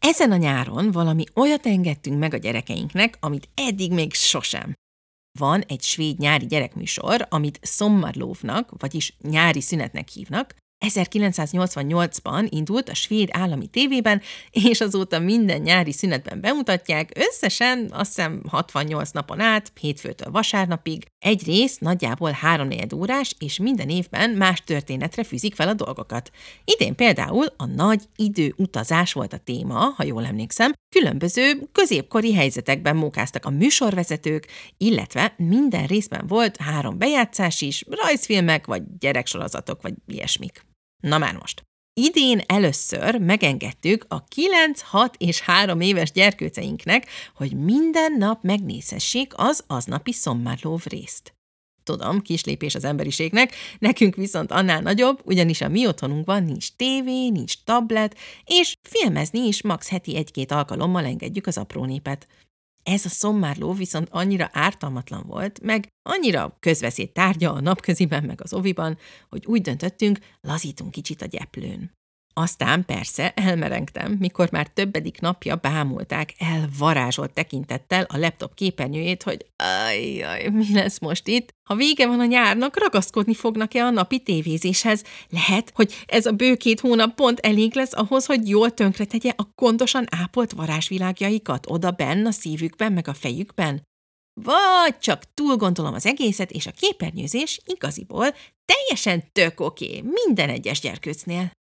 Ezen a nyáron valami olyat engedtünk meg a gyerekeinknek, amit eddig még sosem. Van egy svéd nyári gyerekműsor, amit Sommarlovnak, vagyis nyári szünetnek hívnak. 1988-ban indult a svéd állami tévében, és azóta minden nyári szünetben bemutatják, összesen azt hiszem 68 napon át, hétfőtől vasárnapig. Egy rész nagyjából 3-4 órás, és minden évben más történetre fűzik fel a dolgokat. Idén például a nagy időutazás volt a téma, ha jól emlékszem, különböző középkori helyzetekben mókáztak a műsorvezetők, illetve minden részben volt 3 bejátszás is, rajzfilmek vagy gyereksorozatok vagy ilyesmik. Na már most. Idén először megengedtük a 9, 6 és 3 éves gyerkőceinknek, hogy minden nap megnézhessék az aznapi Sommarlov részt. Tudom, kis lépés az emberiségnek, nekünk viszont annál nagyobb, ugyanis a mi otthonunkban nincs tévé, nincs tablet, és filmezni is max. Heti 1-2 alkalommal engedjük az apró népet. Ez a Sommarlov viszont annyira ártalmatlan volt, meg annyira közbeszéd tárgya a napköziben, meg az oviban, hogy úgy döntöttünk, lazítunk kicsit a gyeplőn. Aztán persze elmerengtem, mikor már többedik napja bámulták elvarázsolt tekintettel a laptop képernyőjét, hogy ajjaj, mi lesz most itt? Ha vége van a nyárnak, ragaszkodni fognak-e a napi tévézéshez? Lehet, hogy ez a bő 2 hónap pont elég lesz ahhoz, hogy jól tönkretegye a gondosan ápolt varázsvilágjaikat oda benn a szívükben, meg a fejükben? Vagy csak túl gondolom az egészet, és a képernyőzés igaziból teljesen tök oké minden egyes gyerkőcnél.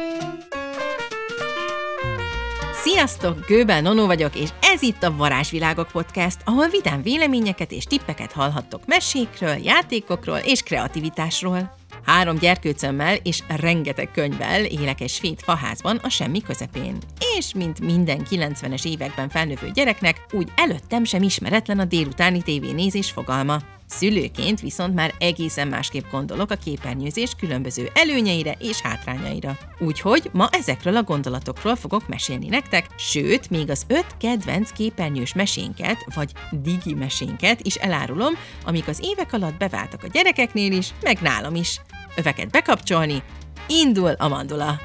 Sziasztok, Gőbel Nonó vagyok, és ez itt a Varázsvilágok Podcast, ahol vidám véleményeket és tippeket hallhattok mesékről, játékokról és kreativitásról. 3 gyerkőcömmel és rengeteg könyvvel élek egy svéd faházban a semmi közepén. És mint minden 90-es években felnövő gyereknek, úgy előttem sem ismeretlen a délutáni tévénézés fogalma. Szülőként viszont már egészen másképp gondolok a képernyőzés különböző előnyeire és hátrányaira. Úgyhogy ma ezekről a gondolatokról fogok mesélni nektek, sőt, még az 5 kedvenc képernyős mesénket, vagy digi mesénket is elárulom, amik az évek alatt beváltak a gyerekeknél is, meg nálam is. Öveket bekapcsolni, indul a mandula!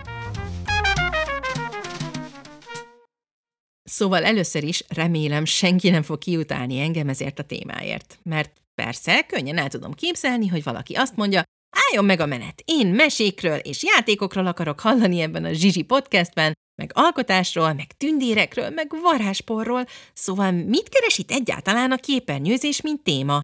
Szóval először is remélem senki nem fog kiutálni engem ezért a témáért, mert persze, könnyen el tudom képzelni, hogy valaki azt mondja, álljon meg a menet, én mesékről és játékokról akarok hallani ebben a Zsizsi podcastben, meg alkotásról, meg tündérekről, meg varázsporról, szóval mit keres itt egyáltalán a képernyőzés, mint téma?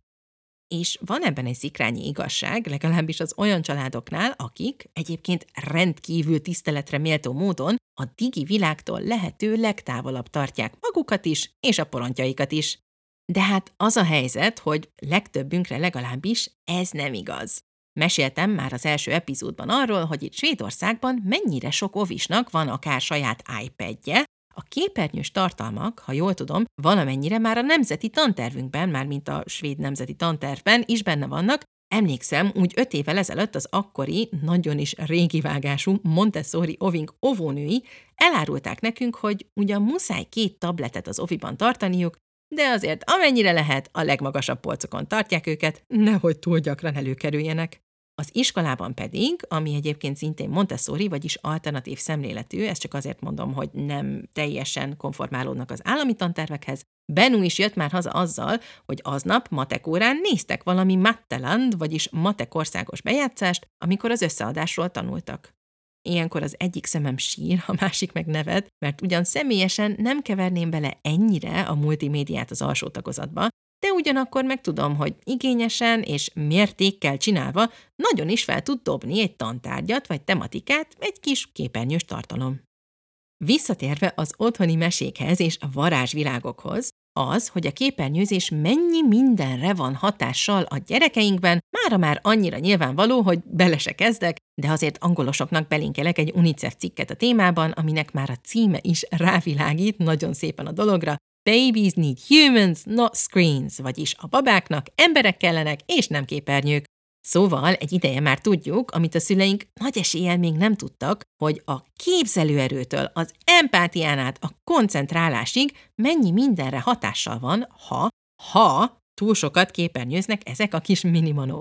És van ebben egy szikrányi igazság, legalábbis az olyan családoknál, akik egyébként rendkívül tiszteletre méltó módon a digi világtól lehető legtávolabb tartják magukat is, és a porontjaikat is. De hát az a helyzet, hogy legtöbbünkre legalábbis ez nem igaz. Meséltem már az első epizódban arról, hogy itt Svédországban mennyire sok ovisnak van akár saját iPadje, a képernyős tartalmak, ha jól tudom, valamennyire már a nemzeti tantervünkben, mármint a svéd nemzeti tantervben is benne vannak. Emlékszem, úgy 5 évvel ezelőtt az akkori, nagyon is régi vágású Montessori ovink óvónői elárulták nekünk, hogy ugyan muszáj 2 tabletet az oviban tartaniuk, de azért amennyire lehet, a legmagasabb polcokon tartják őket, nehogy túl gyakran előkerüljenek. Az iskolában pedig, ami egyébként szintén Montessori, vagyis alternatív szemléletű, ezt csak azért mondom, hogy nem teljesen konformálódnak az állami tantervekhez, Bennu is jött már haza azzal, hogy aznap matek órán néztek valami Matteland, vagyis matek országos bejátszást, amikor az összeadásról tanultak. Ilyenkor az egyik szemem sír, a másik meg nevet, mert ugyan személyesen nem keverném bele ennyire a multimédiát az alsó tagozatba, de ugyanakkor meg tudom, hogy igényesen és mértékkel csinálva nagyon is fel tud dobni egy tantárgyat vagy tematikát egy kis képernyős tartalom. Visszatérve az otthoni mesékhez és a varázsvilágokhoz, az, hogy a képernyőzés mennyi mindenre van hatással a gyerekeinkben, mára már annyira nyilvánvaló, hogy bele se kezdek, de azért angolosoknak belinkelek egy UNICEF cikket a témában, aminek már a címe is rávilágít nagyon szépen a dologra. Babies need humans, not screens, vagyis a babáknak emberek kellenek, és nem képernyők. Szóval egy ideje már tudjuk, amit a szüleink nagy eséllyel még nem tudtak, hogy a képzelőerőtől az empátián át a koncentrálásig mennyi mindenre hatással van, ha túl sokat képernyőznek ezek a kis minimanók.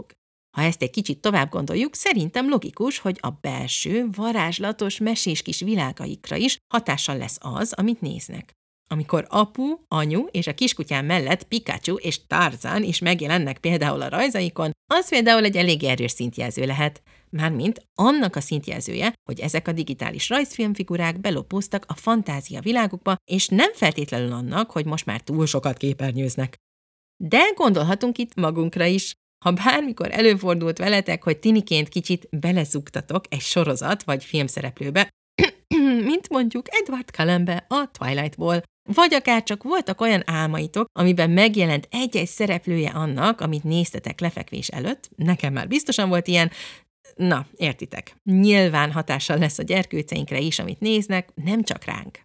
Ha ezt egy kicsit tovább gondoljuk, szerintem logikus, hogy a belső, varázslatos, mesés kis világaikra is hatással lesz az, amit néznek. Amikor apu, anyu és a kiskutyám mellett Pikachu és Tarzan is megjelennek például a rajzaikon, az például egy elég erős szintjelző lehet. Mármint annak a szintjelzője, hogy ezek a digitális rajzfilmfigurák belopóztak a fantázia világukba, és nem feltétlenül annak, hogy most már túl sokat képernyőznek. De gondolhatunk itt magunkra is. Ha bármikor előfordult veletek, hogy tiniként kicsit belezugtatok egy sorozat vagy filmszereplőbe, mint mondjuk Edward Cullenbe a Twilightból, vagy akár csak voltak olyan álmaitok, amiben megjelent egy-egy szereplője annak, amit néztetek lefekvés előtt, nekem már biztosan volt ilyen, na, értitek. Nyilván hatással lesz a gyerkőceinkre is, amit néznek, nem csak ránk.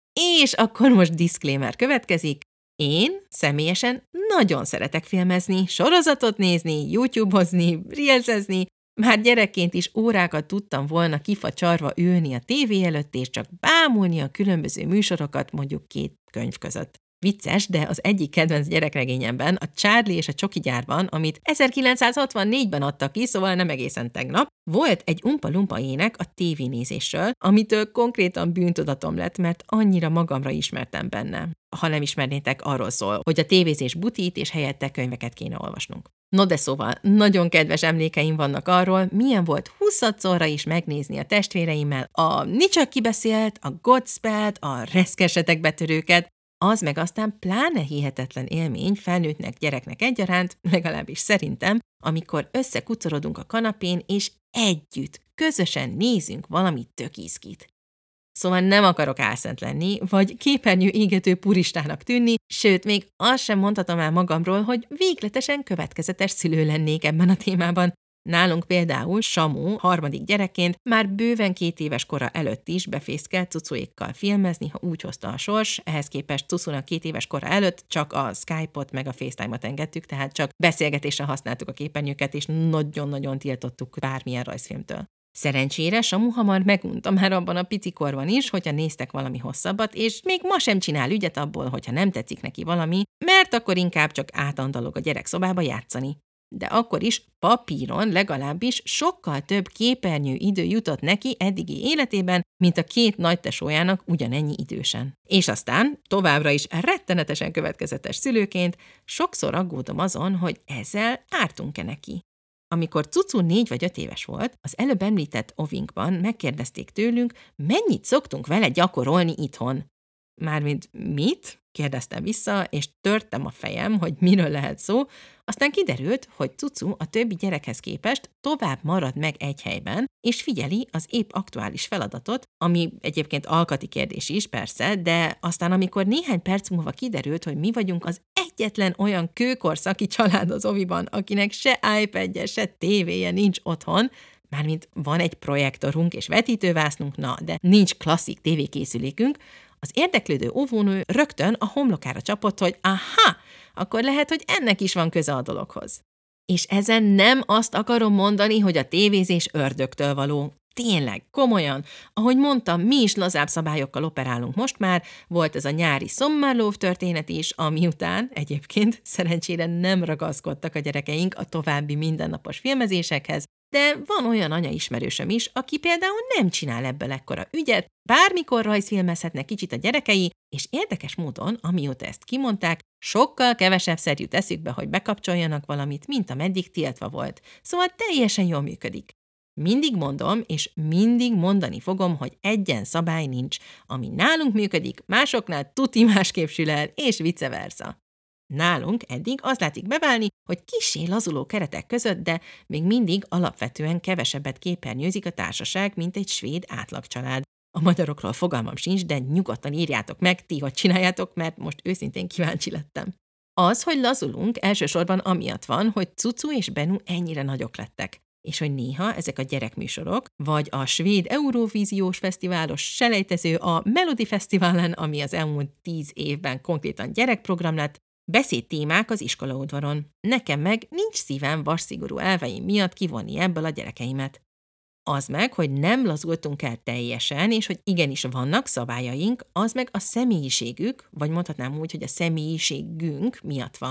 És akkor most disclaimer következik. Én személyesen nagyon szeretek filmezni, sorozatot nézni, YouTube-ozni, reelsezni. Már gyerekként is órákat tudtam volna kifacsarva ülni a tévé előtt, és csak bámulni a különböző műsorokat mondjuk 2 könyv között. Vicces, de az egyik kedvenc gyerekregényemben, a Charlie és a Csoki gyárban, amit 1964-ben adtak ki, szóval nem egészen tegnap, volt egy umpa-lumpa ének a tévénézésről, amitől konkrétan bűntudatom lett, mert annyira magamra ismertem benne. Ha nem ismernétek, arról szól, hogy a tévézés butít, és helyette könyveket kéne olvasnunk. No de szóval, nagyon kedves emlékeim vannak arról, milyen volt 20-szorra is megnézni a testvéreimmel a Nicsak kibeszélt, a Godspell-t, a Reszkesetek betörőket, az meg aztán pláne hihetetlen élmény felnőttnek, gyereknek egyaránt, legalábbis szerintem, amikor összekucorodunk a kanapén, és együtt, közösen nézünk valami tök izgit. Szóval nem akarok álszent lenni, vagy képernyő égető puristának tűnni, sőt, még azt sem mondhatom el magamról, hogy végletesen következetes szülő lennék ebben a témában. Nálunk például Samu harmadik gyerekként már bőven 2 éves kora előtt is befészkelt cucuékkal filmezni, ha úgy hozta a sors, ehhez képest Cucunak 2 éves kora előtt csak a Skype-ot meg a FaceTime-ot engedtük, tehát csak beszélgetésre használtuk a képernyőket, és nagyon-nagyon tiltottuk bármilyen rajzfilmtől. Szerencsére Samu hamar megunta már abban a picikorban is, hogyha néztek valami hosszabbat, és még ma sem csinál ügyet abból, hogyha nem tetszik neki valami, mert akkor inkább csak átandalog a gyerekszobába játszani. De akkor is papíron legalábbis sokkal több képernyő idő jutott neki eddigi életében, mint a 2 nagytesójának ugyanennyi idősen. És aztán továbbra is rettenetesen következetes szülőként sokszor aggódom azon, hogy ezzel ártunk-e neki. Amikor Cucu 4 vagy 5 éves volt, az előbb említett ovinkban megkérdezték tőlünk, mennyit szoktunk vele gyakorolni itthon. Mármint mit? Kérdeztem vissza, és törtem a fejem, hogy miről lehet szó, aztán kiderült, hogy Cucu a többi gyerekhez képest tovább marad meg egy helyben, és figyeli az épp aktuális feladatot, ami egyébként alkati kérdés is, persze, de aztán amikor néhány perc múlva kiderült, hogy mi vagyunk az egyetlen olyan kőkorszaki család az oviban, akinek se iPadje, se tévéje nincs otthon, mármint van egy projektorunk és vetítővásznunk, na, de nincs klasszik tévékészülékünk, az érdeklődő óvónő rögtön a homlokára csapott, hogy aha, akkor lehet, hogy ennek is van köze a dologhoz. És ezen nem azt akarom mondani, hogy a tévézés ördögtől való. Tényleg, komolyan. Ahogy mondtam, mi is lazább szabályokkal operálunk most már, volt ez a nyári Sommerlov történet is, ami után egyébként szerencsére nem ragaszkodtak a gyerekeink a további mindennapos filmezésekhez, de van olyan anyaismerősöm is, aki például nem csinál ebből ekkora ügyet, bármikor rajzfilmezhetnek kicsit a gyerekei, és érdekes módon, amióta ezt kimondták, sokkal kevesebbszer jut eszükbe, hogy bekapcsoljanak valamit, mint ameddig tiltva volt. Szóval teljesen jól működik. Mindig mondom, és mindig mondani fogom, hogy egyen szabály nincs. Ami nálunk működik, másoknál tuti másképp sül el, és vice versa. Nálunk eddig az látszik beválni, hogy kissé lazuló keretek között, de még mindig alapvetően kevesebbet képernyőzik a társaság, mint egy svéd átlagcsalád. A magyarokról fogalmam sincs, de nyugodtan írjátok meg, ti hogy csináljátok, mert most őszintén kíváncsi lettem. Az, hogy lazulunk, elsősorban amiatt van, hogy Cucu és Benu ennyire nagyok lettek, és hogy néha ezek a gyerekműsorok, vagy a svéd Eurovíziós fesztiválos selejtező a Melodi Fesztiválon, ami az elmúlt 10 évben konkrétan gyerekprogram lett, beszédtémák az iskolaudvaron. Nekem meg nincs szívem vasszigorú elveim miatt kivonni ebből a gyerekeimet. Az meg, hogy nem lazultunk el teljesen, és hogy igenis vannak szabályaink, az meg a személyiségük, vagy mondhatnám úgy, hogy a személyiségünk miatt van,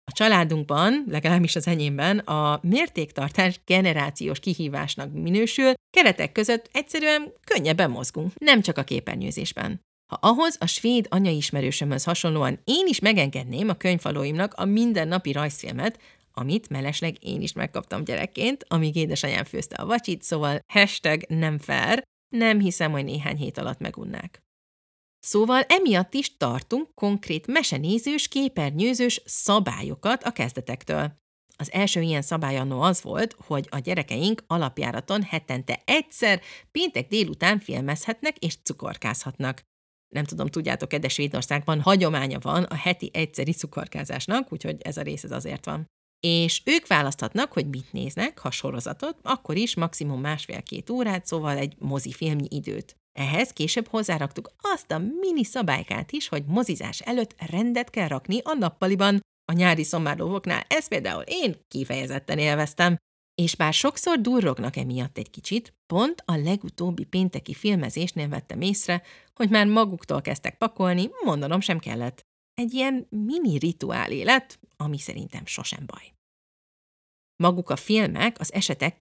A családunkban, legalábbis az enyémben, a mértéktartás generációs kihívásnak minősül, keretek között egyszerűen könnyebben mozgunk, nem csak a képernyőzésben. Ha ahhoz a svéd anyaismerősömhöz hasonlóan én is megengedném a könyvfalóimnak a mindennapi rajzfilmet, amit mellesleg én is megkaptam gyerekként, amíg édesanyám főzte a vacsit, szóval #nem fair, nem hiszem, hogy néhány hét alatt megunnák. Szóval emiatt is tartunk konkrét mesenézős, képernyőzős szabályokat a kezdetektől. Az első ilyen szabály annó az volt, hogy a gyerekeink alapjáraton hetente egyszer péntek délután filmezhetnek és cukorkázhatnak. Nem tudom, tudjátok-e, de Svédországban hagyománya van a heti egyszeri cukorkázásnak, úgyhogy ez a rész azért van. És ők választhatnak, hogy mit néznek, ha sorozatot, akkor is maximum 1,5-2 órát, szóval egy mozifilmnyi időt. Ehhez később hozzáraktuk azt a mini szabálykát is, hogy mozizás előtt rendet kell rakni a nappaliban. A nyári szomárlóvoknál ezt például én kifejezetten élveztem. És bár sokszor durrognak emiatt egy kicsit, pont a legutóbbi pénteki filmezésnél vettem észre, hogy már maguktól kezdtek pakolni, mondanom sem kellett. Egy ilyen mini rituál élet, ami szerintem sosem baj. Maguk a filmek az esetek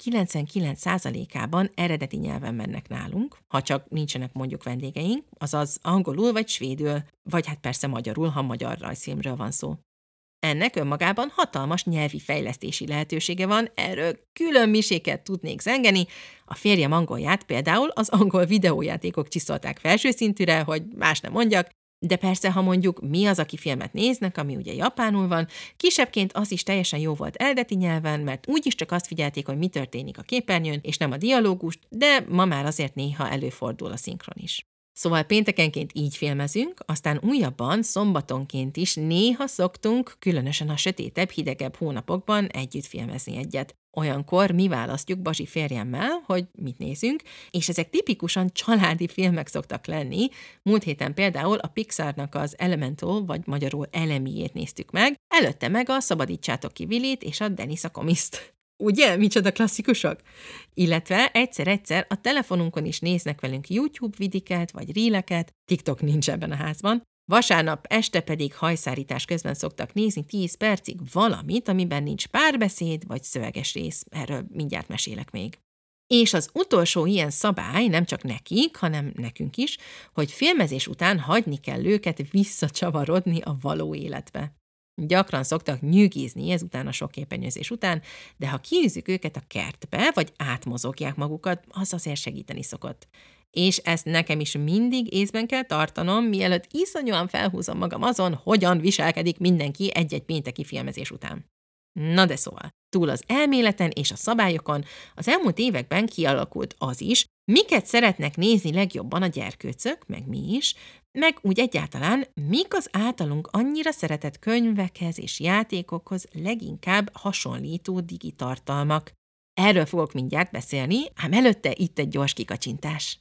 99%-ában eredeti nyelven mennek nálunk, ha csak nincsenek mondjuk vendégeink, azaz angolul vagy svédül, vagy hát persze magyarul, ha magyar rajzfilmről van szó. Ennek önmagában hatalmas nyelvi fejlesztési lehetősége van, erről külön miséket tudnék zengeni. A férjem angolját például az angol videójátékok csiszolták felső szintűre, hogy más nem mondjak, de persze, ha mondjuk mi az, aki filmet néznek, ami ugye japánul van, kisebbként az is teljesen jó volt eredeti nyelven, mert úgyis csak azt figyelték, hogy mi történik a képernyőn, és nem a dialógust, de ma már azért néha előfordul a szinkron is. Szóval péntekenként így filmezünk, aztán újabban szombatonként is néha szoktunk, különösen a sötétebb, hidegebb hónapokban együtt filmezni egyet. Olyankor mi választjuk Bazsi férjemmel, hogy mit nézünk, és ezek tipikusan családi filmek szoktak lenni. Múlt héten például a Pixarnak az Elemental, vagy magyarul Elemiét néztük meg, előtte meg a Szabadítsátok ki Willit és a Dennis a Komiszt. Ugye? Micsoda klasszikusok? Illetve egyszer-egyszer a telefonunkon is néznek velünk YouTube vidiket vagy ríleket, TikTok nincs ebben a házban, vasárnap este pedig hajszárítás közben szoktak nézni 10 percig valamit, amiben nincs párbeszéd vagy szöveges rész, erről mindjárt mesélek még. És az utolsó ilyen szabály nem csak nekik, hanem nekünk is, hogy filmezés után hagyni kell őket visszacsavarodni a való életbe. Gyakran szoktak nyűgizni ezután a sok képernyőzés után, de ha kiűzzük őket a kertbe, vagy átmozogják magukat, az azért segíteni szokott. És ezt nekem is mindig észben kell tartanom, mielőtt iszonyúan felhúzom magam azon, hogyan viselkedik mindenki egy-egy pénteki filmezés után. Na de szóval, túl az elméleten és a szabályokon, az elmúlt években kialakult az is, miket szeretnek nézni legjobban a gyerkőcök, meg mi is, meg úgy egyáltalán, mik az általunk annyira szeretett könyvekhez és játékokhoz leginkább hasonlító digitartalmak. Erről fogok mindjárt beszélni, ám előtte itt egy gyors kikacsintás.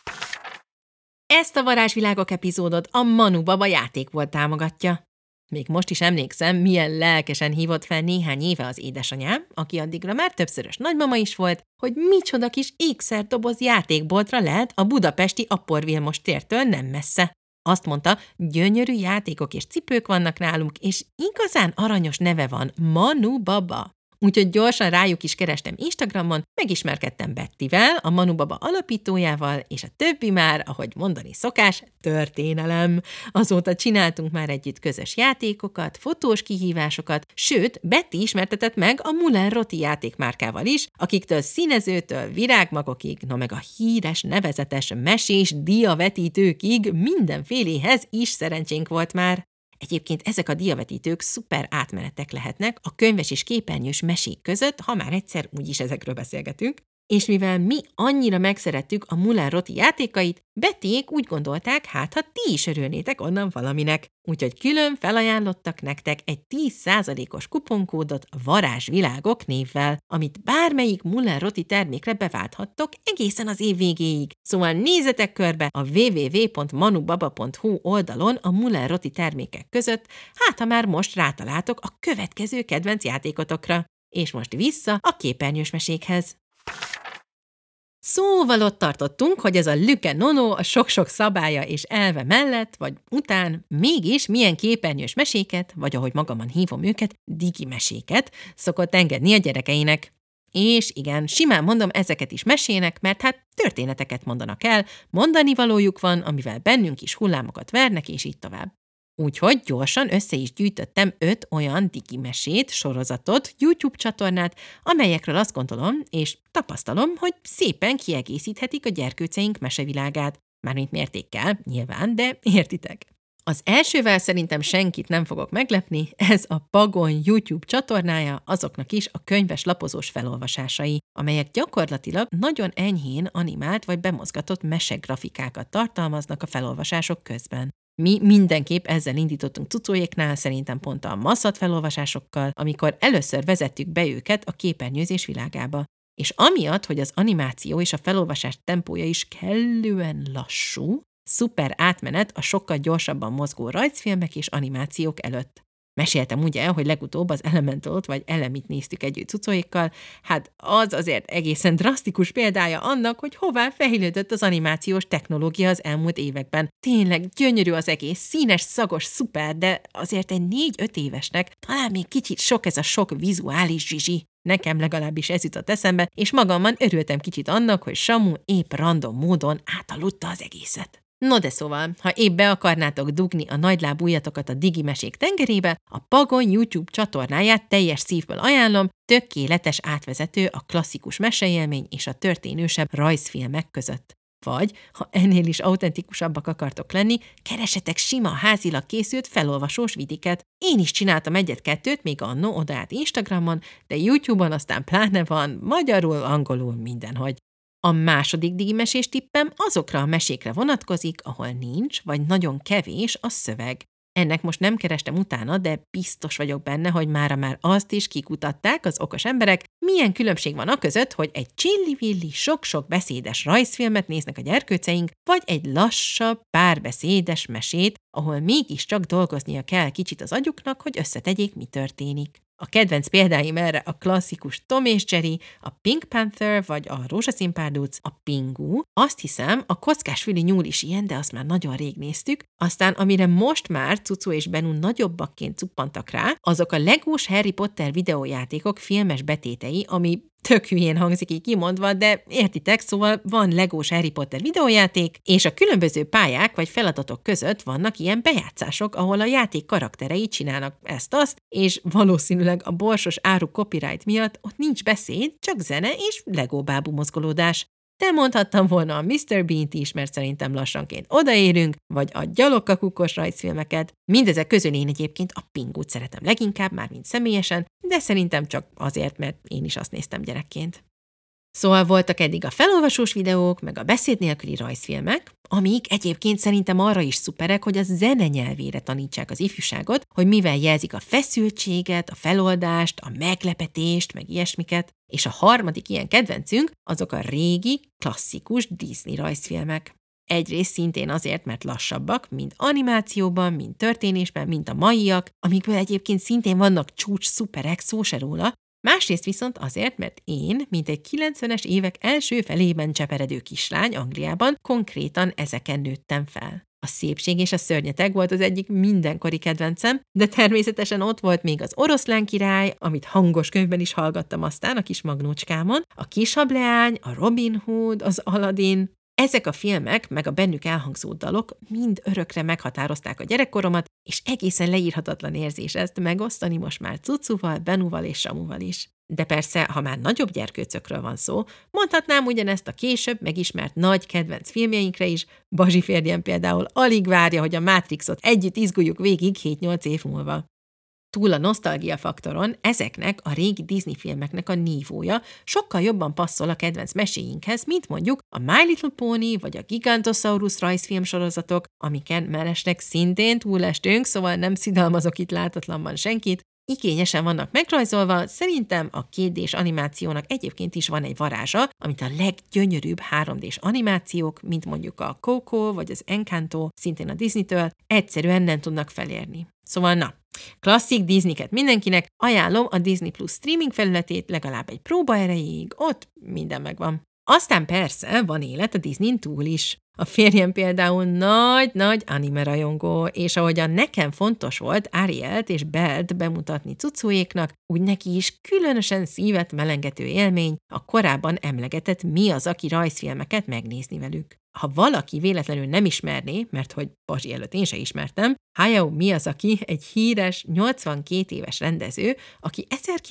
Ezt a Varázsvilágok epizódot a Manu Baba játékbolt támogatja. Még most is emlékszem, milyen lelkesen hívott fel néhány éve az édesanyám, aki addigra már többszörös nagymama is volt, hogy micsoda kis ékszerdoboz játékboltra lehet a budapesti Appor Vilmos tértől nem messze. Azt mondta, gyönyörű játékok és cipők vannak nálunk, és igazán aranyos neve van, Manu Baba. Úgyhogy gyorsan rájuk is kerestem Instagramon, megismerkedtem Bettivel, a Manu Baba alapítójával, és a többi már, ahogy mondani szokás, történelem. Azóta csináltunk már együtt közös játékokat, fotós kihívásokat, sőt, Betty ismertetett meg a Muller Roti játékmárkával is, akiktől színezőtől virágmagokig, no meg a híres, nevezetes, mesés diavetítőkig mindenféléhez is szerencsénk volt már. Egyébként ezek a diavetítők szuper átmenetek lehetnek a könyves és képernyős mesék között, ha már egyszer úgyis ezekről beszélgetünk. És mivel mi annyira megszerettük a Muller Roti játékait, Bettyék úgy gondolták, hát ha ti is örülnétek onnan valaminek. Úgyhogy külön felajánlottak nektek egy 10%-os kuponkódot Varázsvilágok névvel, amit bármelyik Muller Roti termékre beválthattok egészen az év végéig. Szóval nézzetek körbe a www.manubaba.hu oldalon a Muller Roti termékek között, hát ha már most rátaláltok a következő kedvenc játékotokra. És most vissza a képernyős mesékhez. Szóval ott tartottunk, hogy ez a Lüke Nono a sok-sok szabálya és elve mellett, vagy után mégis milyen képernyős meséket, vagy ahogy magamon hívom őket, digi meséket szokott engedni a gyerekeinek. És igen, simán mondom ezeket is mesének, mert hát történeteket mondanak el, mondani valójuk van, amivel bennünk is hullámokat vernek, és így tovább. Úgyhogy gyorsan össze is gyűjtöttem 5 olyan digi mesét, sorozatot, YouTube csatornát, amelyekről azt gondolom, és tapasztalom, hogy szépen kiegészíthetik a gyerkőceink mesevilágát. Mármint mértékkel, nyilván, de értitek. Az elsővel szerintem senkit nem fogok meglepni, ez a Pagon YouTube csatornája, azoknak is a könyves lapozós felolvasásai, amelyek gyakorlatilag nagyon enyhén animált vagy bemozgatott mesegrafikákat tartalmaznak a felolvasások közben. Mi mindenképp ezzel indítottunk cucóéknál, szerintem pont a masszat felolvasásokkal, amikor először vezettük be őket a képernyőzés világába. És amiatt, hogy az animáció és a felolvasás tempója is kellően lassú, szuper átmenet a sokkal gyorsabban mozgó rajzfilmek és animációk előtt. Meséltem ugye, hogy legutóbb az Elementalt vagy Elemit néztük együtt cucóékkal, hát az azért egészen drasztikus példája annak, hogy hová fejlődött az animációs technológia az elmúlt években. Tényleg gyönyörű az egész, színes, szagos, szuper, de azért egy 4-5 évesnek talán még kicsit sok ez a sok vizuális zsizsi. Nekem legalábbis ez jutott eszembe, és magamban örültem kicsit annak, hogy Samu épp random módon átaludta az egészet. No de szóval, ha épp be akarnátok dugni a nagylábú ujjatokat a digi mesék tengerébe, a Pagon YouTube csatornáját teljes szívből ajánlom, tökéletes átvezető a klasszikus meseélmény és a történősebb rajzfilmek között. Vagy, ha ennél is autentikusabbak akartok lenni, keresetek sima házilag készült felolvasós vidiket. Én is csináltam 1-2 még annó odaát Instagramon, de YouTube-on aztán pláne van, magyarul, angolul, mindenhogy. A második digimesés tippem azokra a mesékre vonatkozik, ahol nincs, vagy nagyon kevés a szöveg. Ennek most nem kerestem utána, de biztos vagyok benne, hogy mára már azt is kikutatták az okos emberek, milyen különbség van aközött, hogy egy csillivilli, sok-sok beszédes rajzfilmet néznek a gyerkőceink, vagy egy lassabb, párbeszédes mesét, ahol mégiscsak dolgoznia kell kicsit az agyuknak, hogy összetegyék, mi történik. A kedvenc példáim erre a klasszikus Tom és Jerry, a Pink Panther vagy a Rózsaszín Párduc, a Pingu. Azt hiszem, a Kockásfüli Nyúl is ilyen, de azt már nagyon rég néztük. Aztán, amire most már Cucu és Bennu nagyobbakként cuppantak rá, azok a legós Harry Potter videójátékok filmes betétei, ami tök hülyén hangzik így kimondva, de értitek, szóval van legós Harry Potter videójáték, és a különböző pályák vagy feladatok között vannak ilyen bejátszások, ahol a játék karakterei csinálnak ezt-azt, és valószínűleg a borsos áru copyright miatt ott nincs beszéd, csak zene és legóbábú mozgolódás. De mondhattam volna a Mr. Bean-t is, mert szerintem lassanként odaérünk, vagy a gyalogkakukos rajzfilmeket. Mindezek közül én egyébként a Pingut szeretem leginkább, már mint személyesen, de szerintem csak azért, mert én is azt néztem gyerekként. Szóval voltak eddig a felolvasós videók, meg a beszéd nélküli rajzfilmek, amik egyébként szerintem arra is szuperek, hogy a zene nyelvére tanítsák az ifjúságot, hogy mivel jelzik a feszültséget, a feloldást, a meglepetést, meg ilyesmiket. És a harmadik ilyen kedvencünk azok a régi, klasszikus Disney rajzfilmek. Egyrészt szintén azért, mert lassabbak, mind animációban, mind történésben, mint a maiak, amikből egyébként szintén vannak csúcs szuperek, szó se róla, másrészt viszont azért, mert én, mint egy 90-es évek első felében cseperedő kislány Angliában, konkrétan ezeken nőttem fel. A Szépség és a szörnyeteg volt az egyik mindenkori kedvencem, de természetesen ott volt még az Oroszlán király, amit hangos könyvben is hallgattam aztán a kis magnócskámon, a Kishableány, a Robin Hood, az Aladdin. Ezek a filmek, meg a bennük elhangzó dalok mind örökre meghatározták a gyerekkoromat, és egészen leírhatatlan érzés ezt megosztani most már Cucuval, Bennuval és Samuval is. De persze, ha már nagyobb gyerkőcökről van szó, mondhatnám ugyanezt a később megismert nagy kedvenc filmjeinkre is, Bazsi férjem például alig várja, hogy a Matrixot együtt izguljuk végig 7-8 év múlva. Túl a nosztalgia faktoron ezeknek a régi Disney filmeknek a nívója sokkal jobban passzol a kedvenc meséinkhez, mint mondjuk a My Little Pony vagy a Gigantosaurus rajzfilmsorozatok, amiken mellesleg szintén túlestünk, szóval nem szidalmazok itt látatlanban senkit. Igényesen vannak megrajzolva, szerintem a 2D-s animációnak egyébként is van egy varázsa, amit a leggyönyörűbb 3D-s animációk, mint mondjuk a Coco vagy az Encanto, szintén a Disney-től, egyszerűen nem tudnak felérni. Szóval na, klasszik Disney-ket mindenkinek, ajánlom a Disney Plus streaming felületét legalább egy próba erejéig, ott minden megvan. Aztán persze van élet a Disneyn túl is. A férjem például nagy-nagy anime rajongó, és ahogyan nekem fontos volt Arielt és Belt bemutatni cucóéknak, úgy neki is különösen szívet melengető élmény a korábban emlegetett Miyazaki rajzfilmeket megnézni velük. Ha valaki véletlenül nem ismerné, mert hogy Bazsi előtt én se ismertem, Hayao Miyazaki egy híres, 82 éves rendező, aki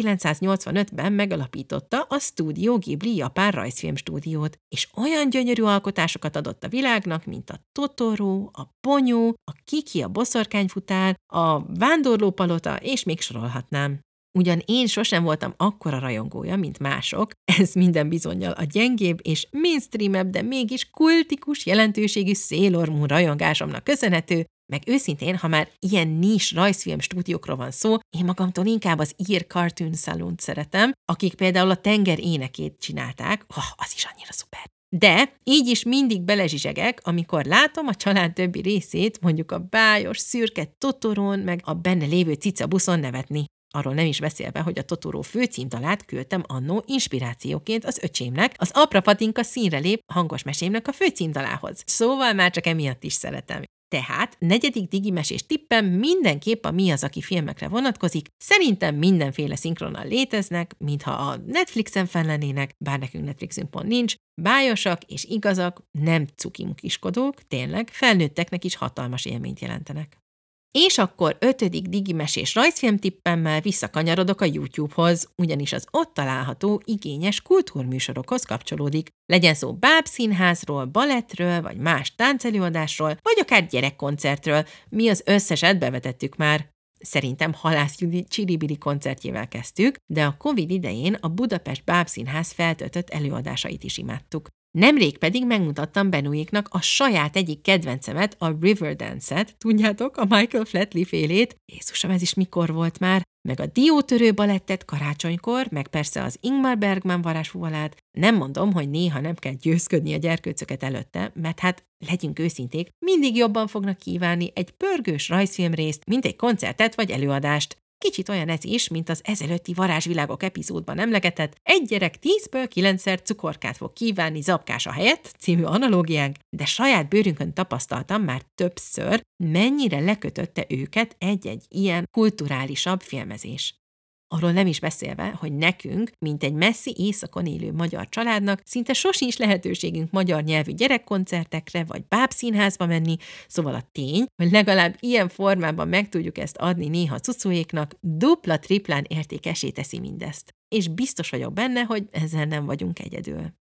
1985-ben megalapította a Studio Ghibli japán rajzfilmstúdiót, és olyan gyönyörű alkotásokat adott a világnak, mint a Totoro, a Ponyó, a Kiki a boszorkányfutár, a Vándorlópalota, és még sorolhatnám. Ugyan én sosem voltam akkora rajongója, mint mások, ez minden bizonnyal a gyengébb és mainstreamebb, de mégis kultikus jelentőségű Sailor Moon rajongásomnak köszönhető, meg őszintén, ha már ilyen nis rajzfilm stúdiókról van szó, én magamtól inkább az ír Cartoon Saloon-t szeretem, akik például a Tenger énekét csinálták, az is annyira szuper. De így is mindig belezsizsegek, amikor látom a család többi részét, mondjuk a bájos, szürke Totorón, meg a benne lévő cicabuszon nevetni. Arról nem is beszélve, hogy a Totoro főcímdalát küldtem annó inspirációként az öcsémnek, az Apra Patinka színre lép hangos mesémnek a főcímdalához. Szóval már csak emiatt is szeretem. Tehát 4. digimesés tippem mindenképp a Miyazaki filmekre vonatkozik, szerintem mindenféle szinkronnal léteznek, mintha a Netflixen fenn lennének, bár nekünk Netflixünk pont nincs, bájosak és igazak, nem cukimukiskodók, tényleg felnőtteknek is hatalmas élményt jelentenek. És akkor 5. digimesés rajzfilmtippemmel visszakanyarodok a YouTube-hoz, ugyanis az ott található igényes kultúrműsorokhoz kapcsolódik. Legyen szó bábszínházról, balettről, vagy más táncelőadásról, vagy akár gyerekkoncertről, mi az összeset bevetettük már. Szerintem Halász Judi Csiribiri koncertjével kezdtük, de a Covid idején a Budapest Bábszínház feltöltött előadásait is imádtuk. Nemrég pedig megmutattam Benujéknak a saját egyik kedvencemet, a Riverdance-et, tudjátok, a Michael Flatley félét, Jézusom, ez is mikor volt már, meg a Diótörő balettet karácsonykor, meg persze az Ingmar Bergman varázsfuvalát. Nem mondom, hogy néha nem kell győzködni a gyerkőcöket előtte, mert hát legyünk őszinték, mindig jobban fognak kívánni egy pörgős rajzfilmrészt, mint egy koncertet vagy előadást. Kicsit olyan ez is, mint az ezelőtti Varázsvilágok epizódban emlegetett, egy gyerek 10-ből 9-szer cukorkát fog kívánni zapkása helyett című analógiánk, de saját bőrünkön tapasztaltam már többször, mennyire lekötötte őket egy-egy ilyen kulturálisabb filmezés. Arról nem is beszélve, hogy nekünk, mint egy messzi éjszakon élő magyar családnak, szinte sosincs lehetőségünk magyar nyelvű gyerekkoncertekre vagy bábszínházba menni, szóval a tény, hogy legalább ilyen formában meg tudjuk ezt adni néha cucóéknak, dupla-triplán értékessé teszi mindezt. És biztos vagyok benne, hogy ezzel nem vagyunk egyedül.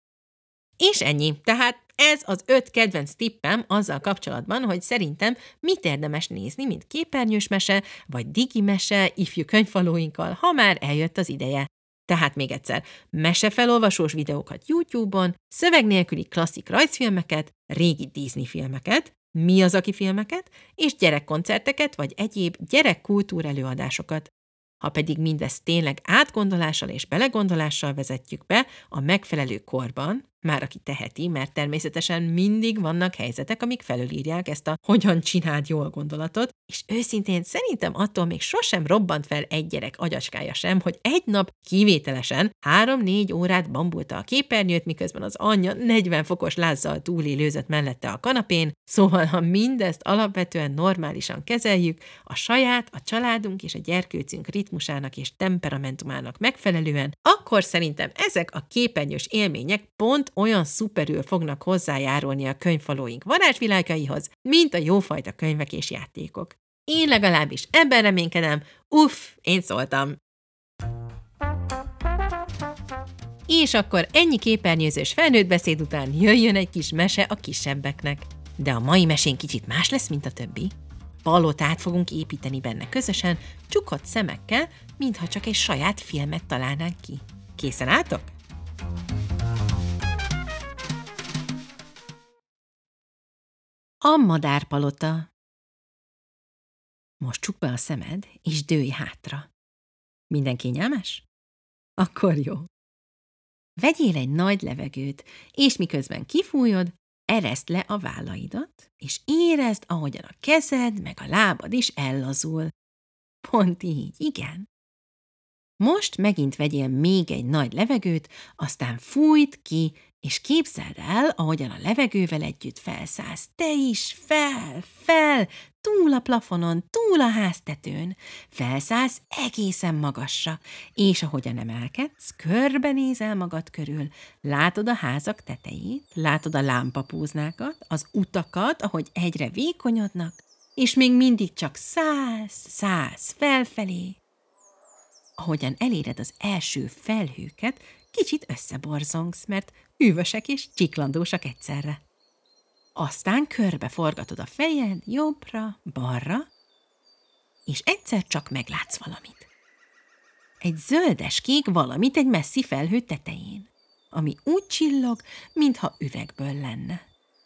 És ennyi. Tehát ez az 5 kedvenc tippem azzal kapcsolatban, hogy szerintem mit érdemes nézni, mint képernyős mese, vagy digi mese ifjú könyvfalóinkkal, ha már eljött az ideje. Tehát még egyszer, mesefelolvasós videókat YouTube-on, szöveg nélküli klasszik rajzfilmeket, régi Disney filmeket, Miyazaki filmeket, és gyerekkoncerteket, vagy egyéb gyerekkultúr előadásokat. Ha pedig mindezt tényleg átgondolással és belegondolással vezetjük be a megfelelő korban, már aki teheti, mert természetesen mindig vannak helyzetek, amik felülírják ezt a hogyan csináld jól gondolatot, és őszintén szerintem attól még sosem robbant fel egy gyerek agyacskája sem, hogy egy nap kivételesen 3-4 órát bambulta a képernyőt, miközben az anyja 40 fokos lázzal túlélőzött mellette a kanapén, szóval ha mindezt alapvetően normálisan kezeljük, a saját, a családunk és a gyerkőcünk ritmusának és temperamentumának megfelelően, akkor szerintem ezek a képernyős élmények pont olyan szuperül fognak hozzájárulni a könyvfalóink varázsvilágaihoz, mint a jófajta könyvek és játékok. Én legalábbis ebben reménykedem, én szóltam. És akkor ennyi képernyőzős felnőtt beszéd után jöjjön egy kis mese a kisebbeknek. De a mai mesén kicsit más lesz, mint a többi. Palotát fogunk építeni benne közösen, csukott szemekkel, mintha csak egy saját filmet találnánk ki. Készen álltok? A madárpalota. Most csukd be a szemed, és dőlj hátra. Minden kényelmes? Akkor jó. Vegyél egy nagy levegőt, és miközben kifújod, ereszd le a vállaidat, és érezd, ahogyan a kezed meg a lábad is ellazul. Pont így, igen. Most megint vegyél még egy nagy levegőt, aztán fújd ki, És képzeld el, ahogyan a levegővel együtt felszállsz. Te is fel, túl a plafonon, túl a háztetőn. Felszállsz egészen magasra, és ahogyan emelkedsz, körbenézel magad körül. Látod a házak tetejét, látod a lámpapúznákat, az utakat, ahogy egyre vékonyodnak, és még mindig csak szállsz felfelé. Ahogyan eléred az első felhőket, kicsit összeborzongsz, mert hűvösek és csiklandósak egyszerre. Aztán körbeforgatod a fejed jobbra, balra, és egyszer csak meglátsz valamit. Egy zöldeskék valamit egy messzi felhő tetején, ami úgy csillog, mintha üvegből lenne.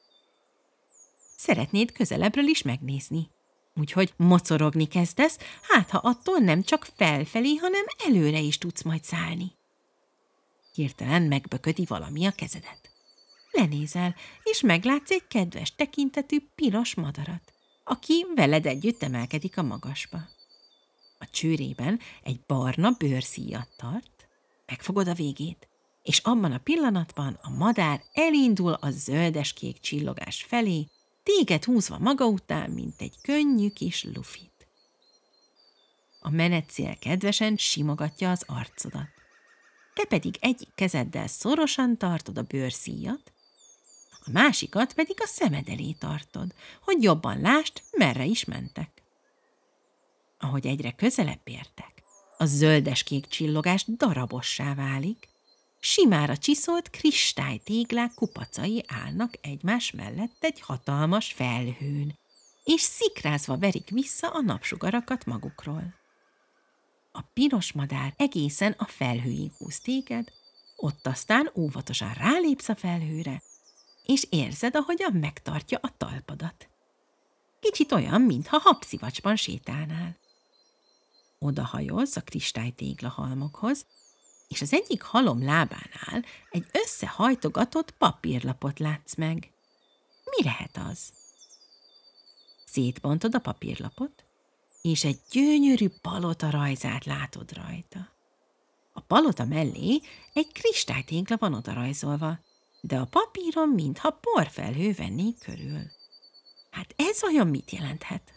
Szeretnéd közelebbről is megnézni, úgyhogy mocorogni kezdesz, hát ha attól nem csak felfelé, hanem előre is tudsz majd szállni. Hirtelen megböködi valami a kezedet. Lenézel, és meglátsz egy kedves tekintetű piros madarat, aki veled együtt emelkedik a magasba. A csőrében egy barna bőrszíjat tart, megfogod a végét, és abban a pillanatban a madár elindul a zöldeskék csillogás felé, téged húzva maga után, mint egy könnyű kis lufit. A menetszél kedvesen simogatja az arcodat. Te pedig egyik kezeddel szorosan tartod a bőrszíjat, a másikat pedig a szemed elé tartod, hogy jobban lásd, merre is mentek. Ahogy egyre közelebb értek, a zöldeskék csillogás darabossá válik, simára csiszolt kristálytéglák kupacai állnak egymás mellett egy hatalmas felhőn, és szikrázva verik vissza a napsugarakat magukról. A piros madár egészen a felhőig húz téged, ott aztán óvatosan rálépsz a felhőre, és érzed, ahogyan megtartja a talpadat. Kicsit olyan, mintha habszivacsban sétálnál. Odahajolsz a kristálytégla halmokhoz, és az egyik halom lábánál egy összehajtogatott papírlapot látsz meg. Mi lehet az? Szétbontod a papírlapot, és egy gyönyörű palota rajzát látod rajta. A palota mellé egy kristálytégla van odarajzolva, de a papíron mintha porfelhő venné körül. Hát ez vajon mit jelenthet?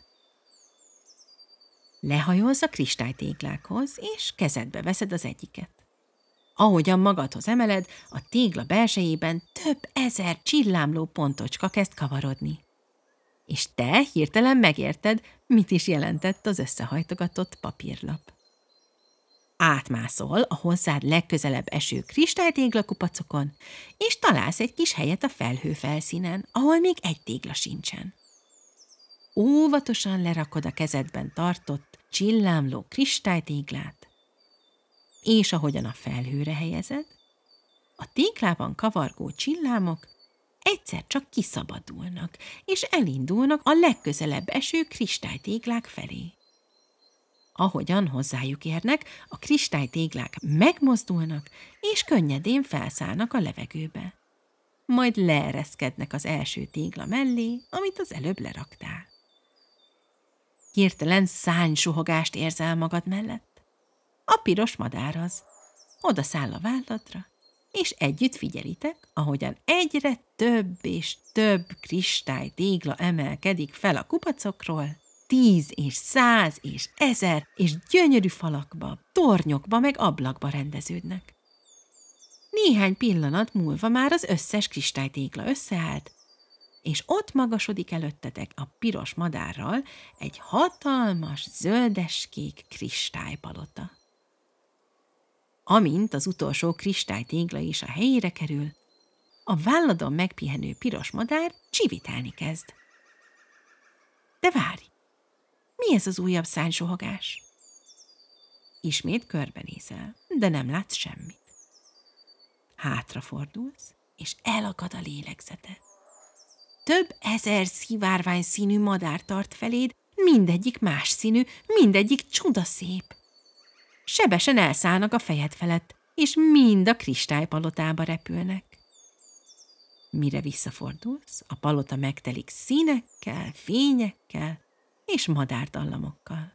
Lehajolsz a kristálytéglákhoz, és kezedbe veszed az egyiket. Ahogyan magadhoz emeled, a tégla belsejében több ezer csillámló pontocska kezd kavarodni. És te hirtelen megérted, mit is jelentett az összehajtogatott papírlap. Átmászol a hozzád legközelebb eső kristálytéglakupacokon, és találsz egy kis helyet a felhő felszínen, ahol még egy tégla sincsen. Óvatosan lerakod a kezedben tartott, csillámló kristálytéglát, és ahogyan a felhőre helyezed, a téglában kavargó csillámok egyszer csak kiszabadulnak, és elindulnak a legközelebb eső kristálytéglák felé. Ahogyan hozzájuk érnek, a kristálytéglák megmozdulnak, és könnyedén felszállnak a levegőbe. Majd leereszkednek az első tégla mellé, amit az előbb leraktál. Hirtelen szárnysuhogást érzel magad mellett. A piros madár az. Oda száll a válladra, és együtt figyelitek, ahogyan egyre több és több kristálytégla emelkedik fel a kupacokról, 10 és 100 és 1000 és gyönyörű falakba, tornyokba meg ablakba rendeződnek. Néhány pillanat múlva már az összes kristálytégla összeállt, és ott magasodik előttetek a piros madárral egy hatalmas, zöldeskék kristálypalota. Amint az utolsó kristálytégla is a helyére kerül, a válladon megpihenő piros madár csivitálni kezd. De várj! Mi ez az újabb szárnysuhogás? Ismét körbenézel, de nem látsz semmit. Hátrafordulsz, és elakad a lélegzeted. Több ezer szivárvány színű madár tart feléd, mindegyik más színű, mindegyik csodaszép. Sebesen elszállnak a fejed felett, és mind a kristálypalotába repülnek. Mire visszafordulsz, a palota megtelik színekkel, fényekkel és madárdallamokkal.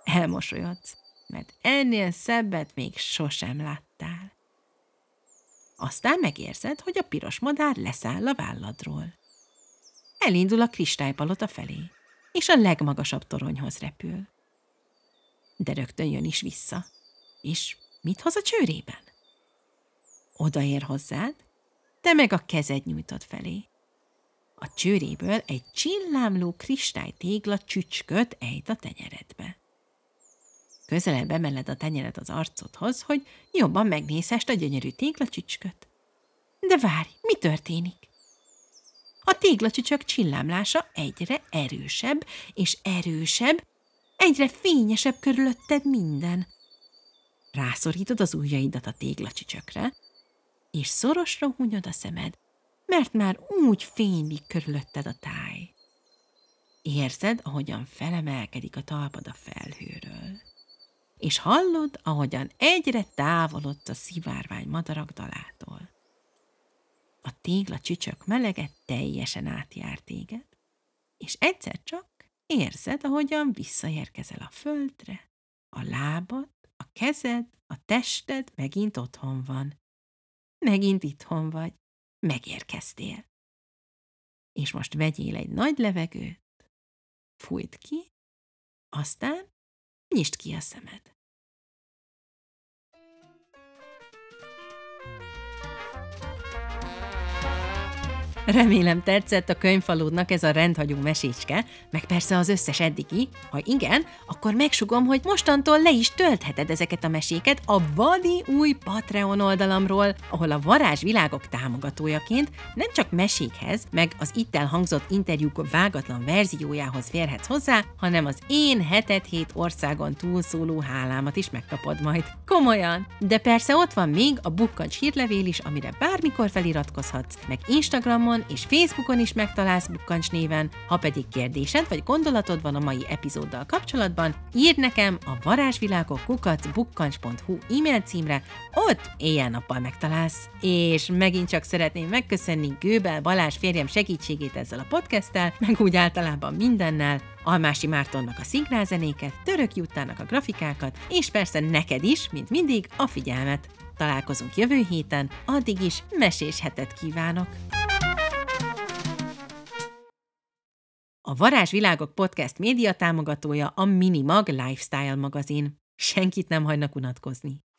Elmosolyodsz, mert ennél szebbet még sosem láttál. Aztán megérzed, hogy a piros madár leszáll a válladról. Elindul a kristálypalota felé, és a legmagasabb toronyhoz repül. De rögtön jön is vissza. És mit hoz a csőrében? Odaér hozzád, te meg a kezed nyújtod felé. A csőréből egy csillámló kristálytégla csücsköt ejt a tenyeredbe. Közelebb emeled a tenyered az arcodhoz, hogy jobban megnézhest a gyönyörű téglacsücsköt. De várj, mi történik? A téglacsücsök csillámlása egyre erősebb és erősebb, egyre fényesebb körülötted minden. Rászorítod az ujjaidat a téglacsücsökre, és szorosra hunyod a szemed, mert már úgy fénylik körülötted a táj. Érzed, ahogyan felemelkedik a talpad a felhőről, és hallod, ahogyan egyre távolodsz a szivárvány madarak dalától. A téglacsücsök melege teljesen átjár téged, és egyszer csak érzed, ahogyan visszaérkezel a földre, a lábad, a kezed, a tested megint otthon van. Megint itthon vagy, megérkeztél. És most vegyél egy nagy levegőt, fújd ki, aztán nyisd ki a szemed. Remélem tetszett a könyvfaludnak ez a rendhagyó mesécske, meg persze az összes eddigi. Ha igen, akkor megsugom, hogy mostantól le is töltheted ezeket a meséket a vadi új Patreon oldalamról, ahol a Varázsvilágok támogatójaként nem csak mesékhez, meg az itt elhangzott interjúk vágatlan verziójához férhetsz hozzá, hanem az én hetet hét országon túlszóló hálámat is megkapod majd. Komolyan! De persze ott van még a Bukkancs hírlevél is, amire bármikor feliratkozhatsz, meg Instagramon és Facebookon is megtalálsz Bukkancs néven. Ha pedig kérdésed vagy gondolatod van a mai epizóddal kapcsolatban, írd nekem a varázsvilágok@bukkancs.hu e-mail címre, ott éjjel-nappal megtalálsz. És megint csak szeretném megköszönni Gőbel Balázs férjem segítségét ezzel a podcasttel, meg úgy általában mindennel, Almási Mártonnak a szinkránzenéket, Török Juttának a grafikákat, és persze neked is, mint mindig, a figyelmet. Találkozunk jövő héten, addig is mesés hetet kívánok! A Varázsvilágok podcast média támogatója a Minimag Lifestyle magazin. Senkit nem hagynak unatkozni.